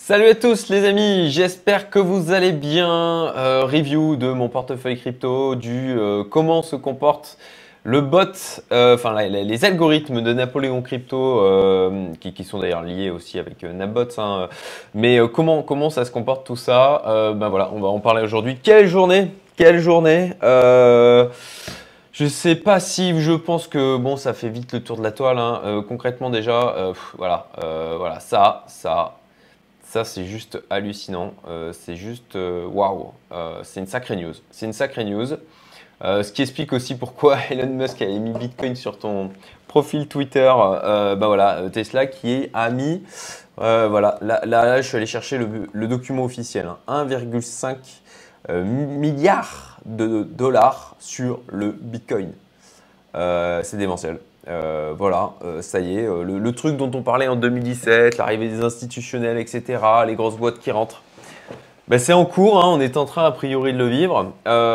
Salut à tous les amis, j'espère que vous allez bien. Review de mon portefeuille crypto, comment se comporte le bot, les algorithmes de Napoléon Crypto, qui sont d'ailleurs liés aussi avec Nabots, hein. Mais comment ça se comporte tout ça? Voilà, on va en parler aujourd'hui. Quelle journée! Quelle journée! Je sais pas si je pense que bon, ça fait vite le tour de la toile, hein. Concrètement déjà, voilà, ça, c'est juste hallucinant. C'est juste waouh. C'est une sacrée news. C'est une sacrée news. Ce qui explique aussi pourquoi Elon Musk a mis Bitcoin sur ton profil Twitter. Tesla qui a mis. Voilà, là, je suis allé chercher le document officiel, hein. 1,5 milliard de dollars sur le Bitcoin. C'est démentiel. Ça y est, le truc dont on parlait en 2017, l'arrivée des institutionnels, etc., les grosses boîtes qui rentrent, ben, c'est en cours, hein, on est en train a priori de le vivre.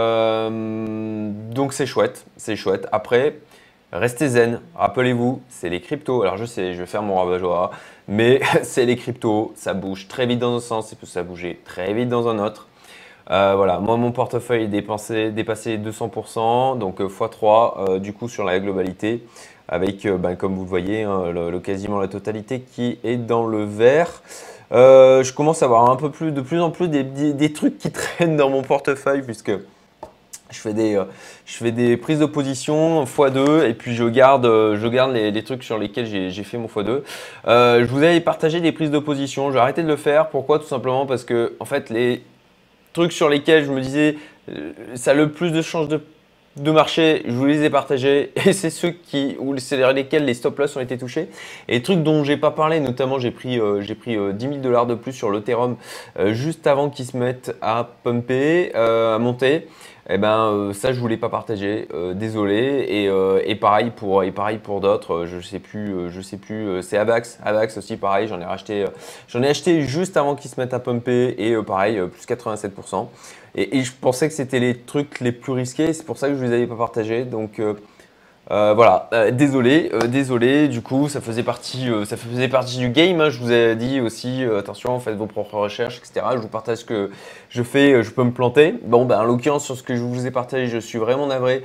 Donc c'est chouette, c'est chouette. Après, restez zen, rappelez-vous, c'est les cryptos. Alors je sais, je vais faire mon rabat-joie, mais c'est les cryptos, ça bouge très vite dans un sens, et peut ça bouger très vite dans un autre. Voilà, moi mon portefeuille est dépassé 200%, donc x3 du coup sur la globalité, avec comme vous le voyez, hein, quasiment la totalité qui est dans le vert. Je commence à avoir de plus en plus des trucs qui traînent dans mon portefeuille, puisque je fais des prises de position x2 et puis je garde les trucs sur lesquels j'ai fait mon x2. Je vous avais partagé des prises de position, j'ai arrêté de le faire. Pourquoi? Tout simplement parce que en fait les trucs sur lesquels je me disais ça a le plus de chances de marcher, je vous les ai partagés et c'est c'est lesquels les stop loss ont été touchés. Et les trucs dont j'ai pas parlé, notamment j'ai pris 10 000 $ de plus sur l'Ethereum juste avant qu'ils se mettent à pumper, à monter. Eh ben ça je voulais pas partager, désolé. Et pareil pour d'autres, je sais plus. C'est Avax aussi pareil, j'en ai acheté juste avant qu'ils se mettent à pumper et pareil plus 87%. Et je pensais que c'était les trucs les plus risqués, c'est pour ça que je ne les avais pas partagés. Donc voilà, désolé. Du coup, ça faisait partie du game, hein. Je vous ai dit aussi, attention, faites vos propres recherches, etc. Je vous partage ce que je fais, je peux me planter. Bon, en l'occurrence, sur ce que je vous ai partagé, je suis vraiment navré.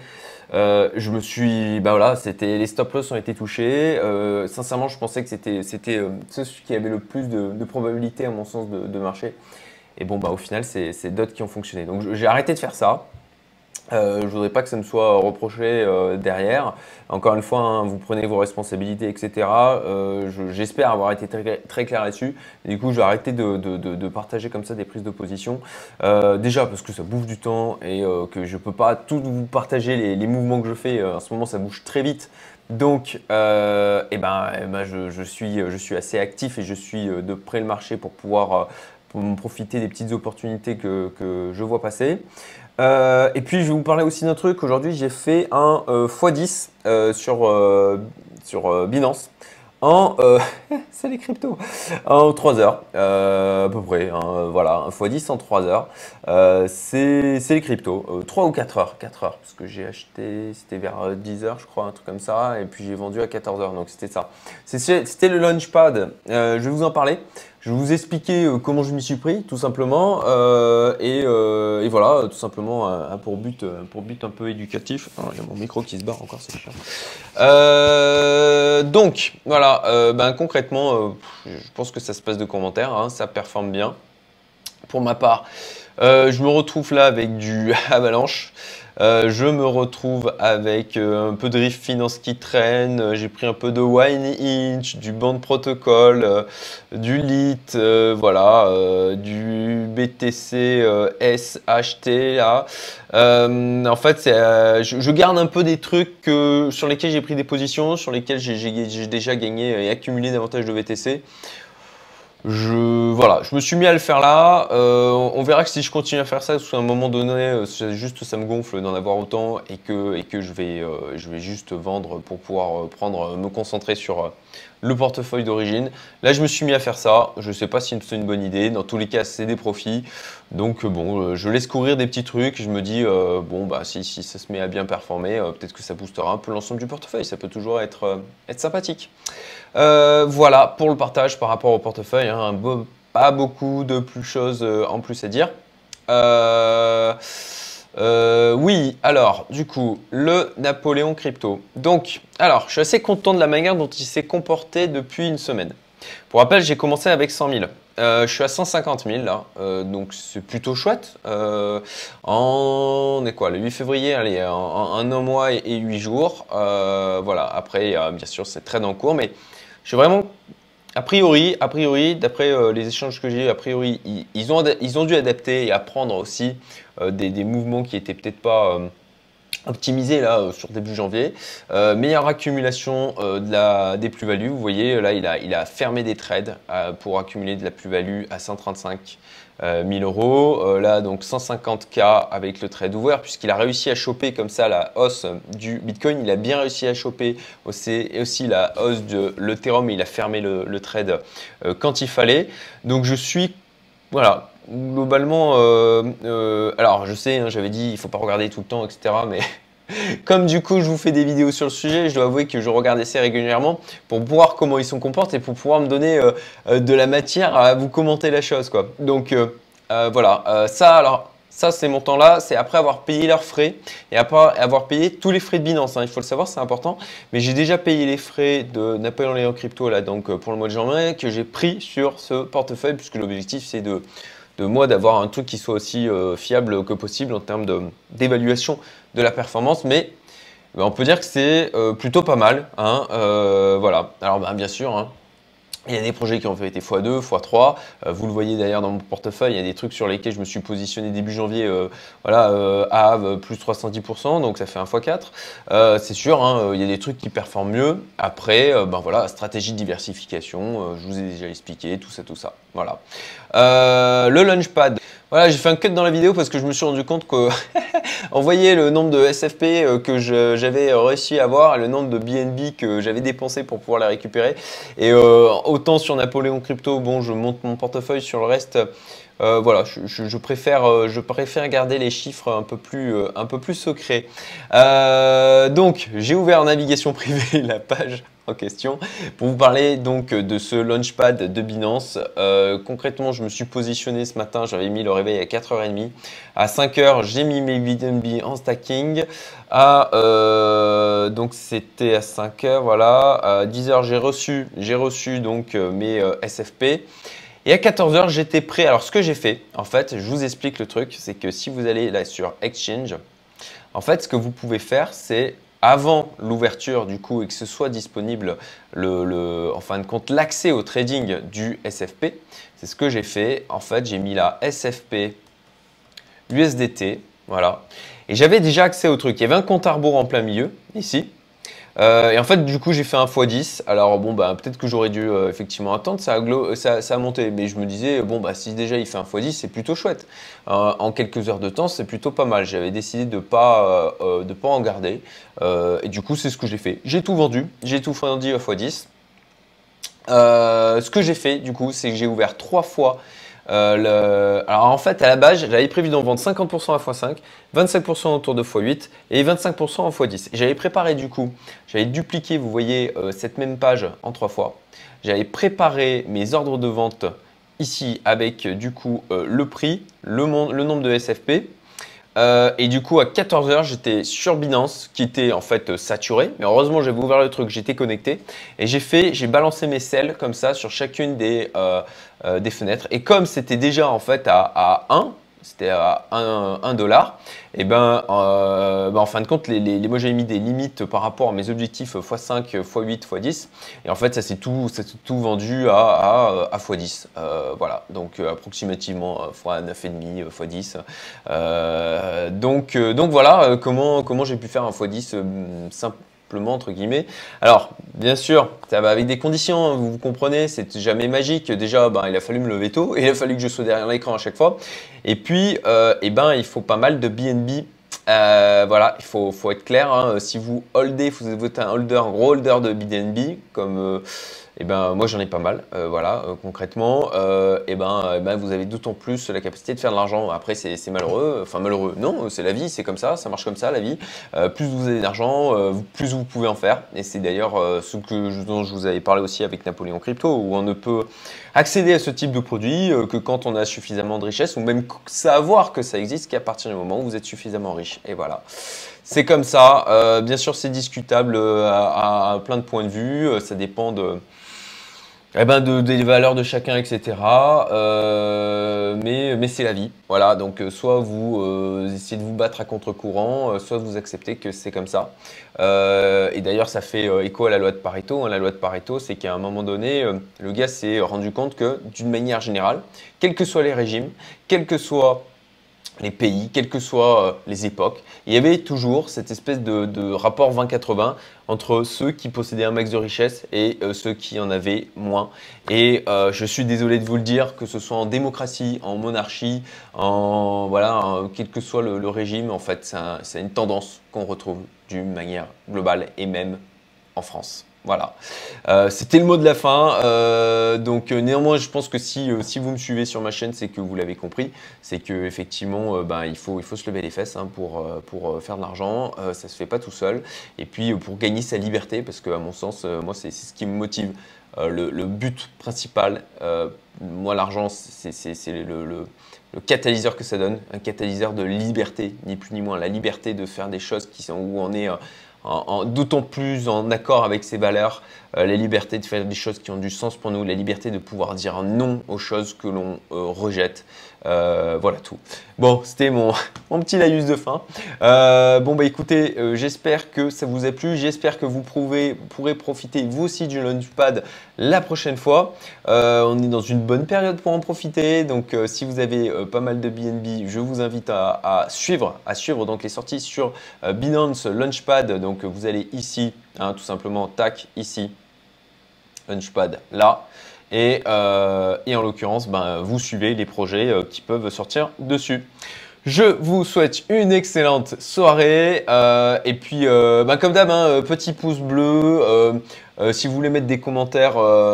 Les stop loss ont été touchés. Sincèrement, je pensais que c'était ceux qui avaient le plus de probabilité, à mon sens, de marcher. Et bon, au final, c'est d'autres qui ont fonctionné. Donc, j'ai arrêté de faire ça. Je voudrais pas que ça me soit reproché derrière. Encore une fois, hein, vous prenez vos responsabilités, etc. J'espère avoir été très clair là-dessus. Du coup, je vais arrêter de partager comme ça des prises de position. Déjà parce que ça bouffe du temps et que je peux pas tout vous partager les mouvements que je fais. En ce moment, ça bouge très vite. Donc, je suis assez actif et je suis de près le marché pour pouvoir pour me profiter des petites opportunités que je vois passer. Et puis, je vais vous parler aussi d'un truc. Aujourd'hui, j'ai fait un x10 sur Binance c'est les cryptos, en 3 heures à peu près, hein, voilà, un x10 en 3 heures. C'est les cryptos, 3 ou 4 heures, parce que j'ai acheté, c'était vers 10 heures je crois, un truc comme ça, et puis j'ai vendu à 14 heures, donc c'était ça. C'était le Launchpad, je vais vous en parler. Je vais vous expliquer comment je m'y suis pris, tout simplement, et voilà, tout simplement pour but un peu éducatif. Il y a mon micro qui se barre encore, c'est chiant. Donc, voilà, concrètement, je pense que ça se passe de commentaires, hein, ça performe bien. Pour ma part, je me retrouve là avec du Avalanche. Je me retrouve avec un peu de Rift Finance qui traîne, j'ai pris un peu de Wine Inch, du Bond Protocol, du LIT, du BTC SHT là. En fait, je garde un peu des trucs sur lesquels j'ai pris des positions, sur lesquels j'ai déjà gagné et accumulé davantage de BTC. Je me suis mis à le faire là. On verra que si je continue à faire ça, à un moment donné, ça me gonfle d'en avoir autant et que je vais juste vendre pour pouvoir me concentrer sur le portefeuille d'origine. Là, je me suis mis à faire ça. Je ne sais pas si c'est une bonne idée. Dans tous les cas, c'est des profits. Donc je laisse courir des petits trucs. Je me dis si ça se met à bien performer, peut-être que ça boostera un peu l'ensemble du portefeuille. Ça peut toujours être sympathique. Voilà pour le partage par rapport au portefeuille, hein, un beau pas beaucoup de plus choses en plus à dire. Euh, oui, alors, du coup, le Napoléon Crypto. Donc, alors, je suis assez content de la manière dont il s'est comporté depuis une semaine. Pour rappel, j'ai commencé avec 100 000. Je suis à 150 000 là, donc c'est plutôt chouette. On est quoi, le 8 février, allez, en un mois et 8 jours. Voilà, après, bien sûr, c'est trade en cours, mais je suis vraiment, a priori, d'après les échanges que j'ai eu, a priori, ils ont dû adapter et apprendre aussi des mouvements qui étaient peut-être pas optimisé là sur début janvier. Meilleure accumulation des plus-values. Vous voyez là, il a fermé des trades pour accumuler de la plus-value à 135 000 euros. Là donc 150K avec le trade ouvert puisqu'il a réussi à choper comme ça la hausse du Bitcoin. Il a bien réussi à choper aussi la hausse de l'Ethereum. Il a fermé le trade quand il fallait. Donc je suis voilà, globalement, alors je sais, hein, j'avais dit il faut pas regarder tout le temps, etc. Mais comme du coup je vous fais des vidéos sur le sujet, je dois avouer que je regarde assez régulièrement pour voir comment ils se comportent et pour pouvoir me donner de la matière à vous commenter la chose, quoi. Donc voilà, ça ces montants-là, c'est après avoir payé leurs frais et après avoir payé tous les frais de Binance, hein, il faut le savoir, c'est important. Mais j'ai déjà payé les frais de Napoléon Crypto là, donc pour le mois de janvier que j'ai pris sur ce portefeuille puisque l'objectif c'est de moi d'avoir un truc qui soit aussi fiable que possible en termes d'évaluation de la performance. Mais on peut dire que c'est plutôt pas mal, hein, voilà. Alors bien sûr, hein, il y a des projets qui ont fait été x2, x3. Vous le voyez d'ailleurs dans mon portefeuille, il y a des trucs sur lesquels je me suis positionné début janvier voilà, à plus 310%, donc ça fait un x4. C'est sûr, hein, il y a des trucs qui performent mieux. Après, ben voilà, stratégie de diversification, je vous ai déjà expliqué, tout ça. Voilà. Le Launchpad. Voilà, j'ai fait un cut dans la vidéo parce que je me suis rendu compte que on voyait le nombre de SFP que j'avais réussi à avoir et le nombre de BNB que j'avais dépensé pour pouvoir les récupérer. Et autant sur Napoléon Crypto, bon, je monte mon portefeuille, sur le reste, voilà, je préfère garder les chiffres un peu plus secrets. Donc, j'ai ouvert en navigation privée la page en question pour vous parler donc de ce Launchpad de Binance. Concrètement, je me suis positionné ce matin, j'avais mis le réveil à 4h30. À 5h, j'ai mis mes BNB en stacking. Donc c'était à 5h, voilà. À 10h, j'ai reçu donc mes SFP. Et à 14h, j'étais prêt. Alors, ce que j'ai fait, en fait, je vous explique le truc, c'est que si vous allez là sur Exchange, en fait, ce que vous pouvez faire, c'est avant l'ouverture du coup et que ce soit disponible en fin de compte l'accès au trading du SFP, c'est ce que j'ai fait. En fait, j'ai mis la SFP USDT, voilà. Et j'avais déjà accès au truc. Il y avait un compte à rebours en plein milieu, ici. Et en fait, du coup, j'ai fait un x10. Alors, bon, bah, peut-être que j'aurais dû effectivement attendre, ça a monté. Mais je me disais, bon, bah, si déjà il fait un x10, c'est plutôt chouette. En quelques heures de temps, c'est plutôt pas mal. J'avais décidé de pas en garder. Et du coup, c'est ce que j'ai fait. J'ai tout vendu à x10. Ce que j'ai fait, du coup, c'est que j'ai ouvert 3 fois. Alors en fait, à la base, j'avais prévu d'en vendre 50% à x5, 25% autour de x8 et 25% en x10. J'avais préparé du coup, j'avais dupliqué, vous voyez, cette même page en 3 fois. J'avais préparé mes ordres de vente ici avec du coup le prix, le nombre de SFP. Et du coup, à 14h, j'étais sur Binance qui était en fait saturé. Mais heureusement, j'avais ouvert le truc, j'étais connecté. Et j'ai balancé mes selles comme ça sur chacune des fenêtres. Et comme c'était déjà en fait à 1, c'était à 1 dollar, et en fin de compte, moi j'avais mis des limites par rapport à mes objectifs x5, x8, x10. Et en fait, ça s'est tout vendu à x10. Voilà, donc approximativement x9,5, x10. Donc voilà comment j'ai pu faire un x10 simplement entre guillemets. Alors bien sûr, ça va avec des conditions, hein, vous comprenez, c'est jamais magique. Déjà, il a fallu me lever tôt et il a fallu que je sois derrière l'écran à chaque fois. Et puis, il faut pas mal de BNB. Voilà, il faut être clair, hein, si vous holdez, vous êtes un gros holder de BNB, comme Et ben moi j'en ai pas mal, voilà, concrètement, vous avez d'autant plus la capacité de faire de l'argent. Après c'est malheureux, enfin malheureux, non, c'est la vie, c'est comme ça marche comme ça la vie. Plus vous avez d'argent, plus vous pouvez en faire. Et c'est d'ailleurs dont je vous avais parlé aussi avec Napoléon Crypto, où on ne peut accéder à ce type de produit que quand on a suffisamment de richesse, ou même savoir que ça existe qu'à partir du moment où vous êtes suffisamment riche. Et voilà. C'est comme ça. Bien sûr, c'est discutable à plein de points de vue. Ça dépend des valeurs de chacun, etc. Mais c'est la vie. Voilà, donc soit vous essayez de vous battre à contre-courant, soit vous acceptez que c'est comme ça. Et d'ailleurs, ça fait écho à la loi de Pareto, hein. La loi de Pareto, c'est qu'à un moment donné, le gars s'est rendu compte que d'une manière générale, quels que soient les régimes, quels que soient les pays, quelles que soient les époques, il y avait toujours cette espèce de rapport 20-80 entre ceux qui possédaient un max de richesse et ceux qui en avaient moins. Et je suis désolé de vous le dire, que ce soit en démocratie, en monarchie, quel que soit le régime, en fait, c'est une tendance qu'on retrouve d'une manière globale et même en France. Voilà, c'était le mot de la fin. Néanmoins, je pense que si vous me suivez sur ma chaîne, c'est que vous l'avez compris. C'est que effectivement, il faut se lever les fesses, hein, pour faire de l'argent. Ça se fait pas tout seul. Et puis pour gagner sa liberté, parce que à mon sens, moi c'est ce qui me motive. Le but principal, moi l'argent, c'est le catalyseur que ça donne, un catalyseur de liberté, ni plus ni moins, la liberté de faire des choses où on est d'autant plus en accord avec ses valeurs, la liberté de faire des choses qui ont du sens pour nous, la liberté de pouvoir dire non aux choses que l'on rejette. Voilà tout. Bon, c'était mon petit laïus de fin. Écoutez, j'espère que ça vous a plu. J'espère que vous pourrez profiter vous aussi du Launchpad la prochaine fois. On est dans une bonne période pour en profiter. Donc, si vous avez pas mal de BNB, je vous invite à suivre donc les sorties sur Binance Launchpad. Donc, vous allez ici, hein, tout simplement, tac, ici, Launchpad là. Et en l'occurrence, vous suivez les projets qui peuvent sortir dessus. Je vous souhaite une excellente soirée. Et puis, comme d'hab, hein, petit pouce bleu. Si vous voulez mettre des commentaires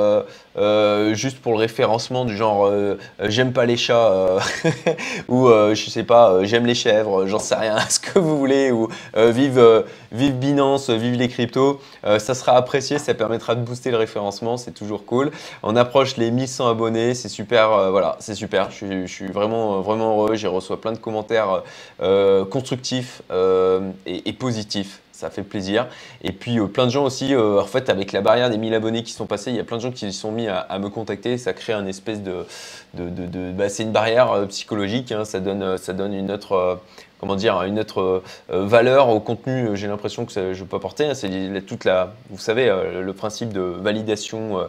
juste pour le référencement du genre j'aime pas les chats ou je sais pas, j'aime les chèvres, j'en sais rien, ce que vous voulez, ou vive Binance, vive les cryptos, ça sera apprécié, ça permettra de booster le référencement, c'est toujours cool. On approche les 1100 abonnés, c'est super, voilà, c'est super, je suis vraiment heureux, j'ai reçu plein de commentaires constructifs et positifs. Ça fait plaisir. Et puis plein de gens aussi, en fait avec la barrière des 1000 abonnés qui sont passés, il y a plein de gens qui se sont mis à me contacter. Ça crée un espèce c'est une barrière psychologique, hein. Ça donne une autre, une autre valeur au contenu. J'ai l'impression que je peux apporter, hein. C'est vous savez, le principe de validation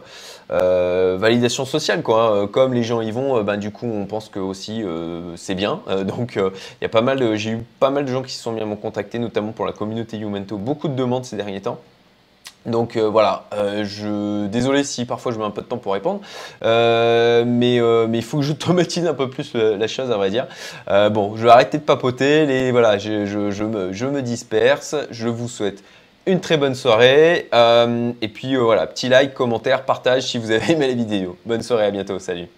sociale, quoi, hein. Comme les gens y vont, du coup on pense que aussi c'est bien. Il y a j'ai eu pas mal de gens qui se sont mis à me contacter, notamment pour la communauté Youmento. Beaucoup de demandes ces derniers temps. Donc voilà, désolé si parfois je mets un peu de temps pour répondre, mais il faut que j'automatise un peu plus la chose, à vrai dire. Je vais arrêter de papoter, voilà, je me disperse. Je vous souhaite une très bonne soirée, et puis voilà, petit like, commentaire, partage si vous avez aimé la vidéo. Bonne soirée, à bientôt, salut.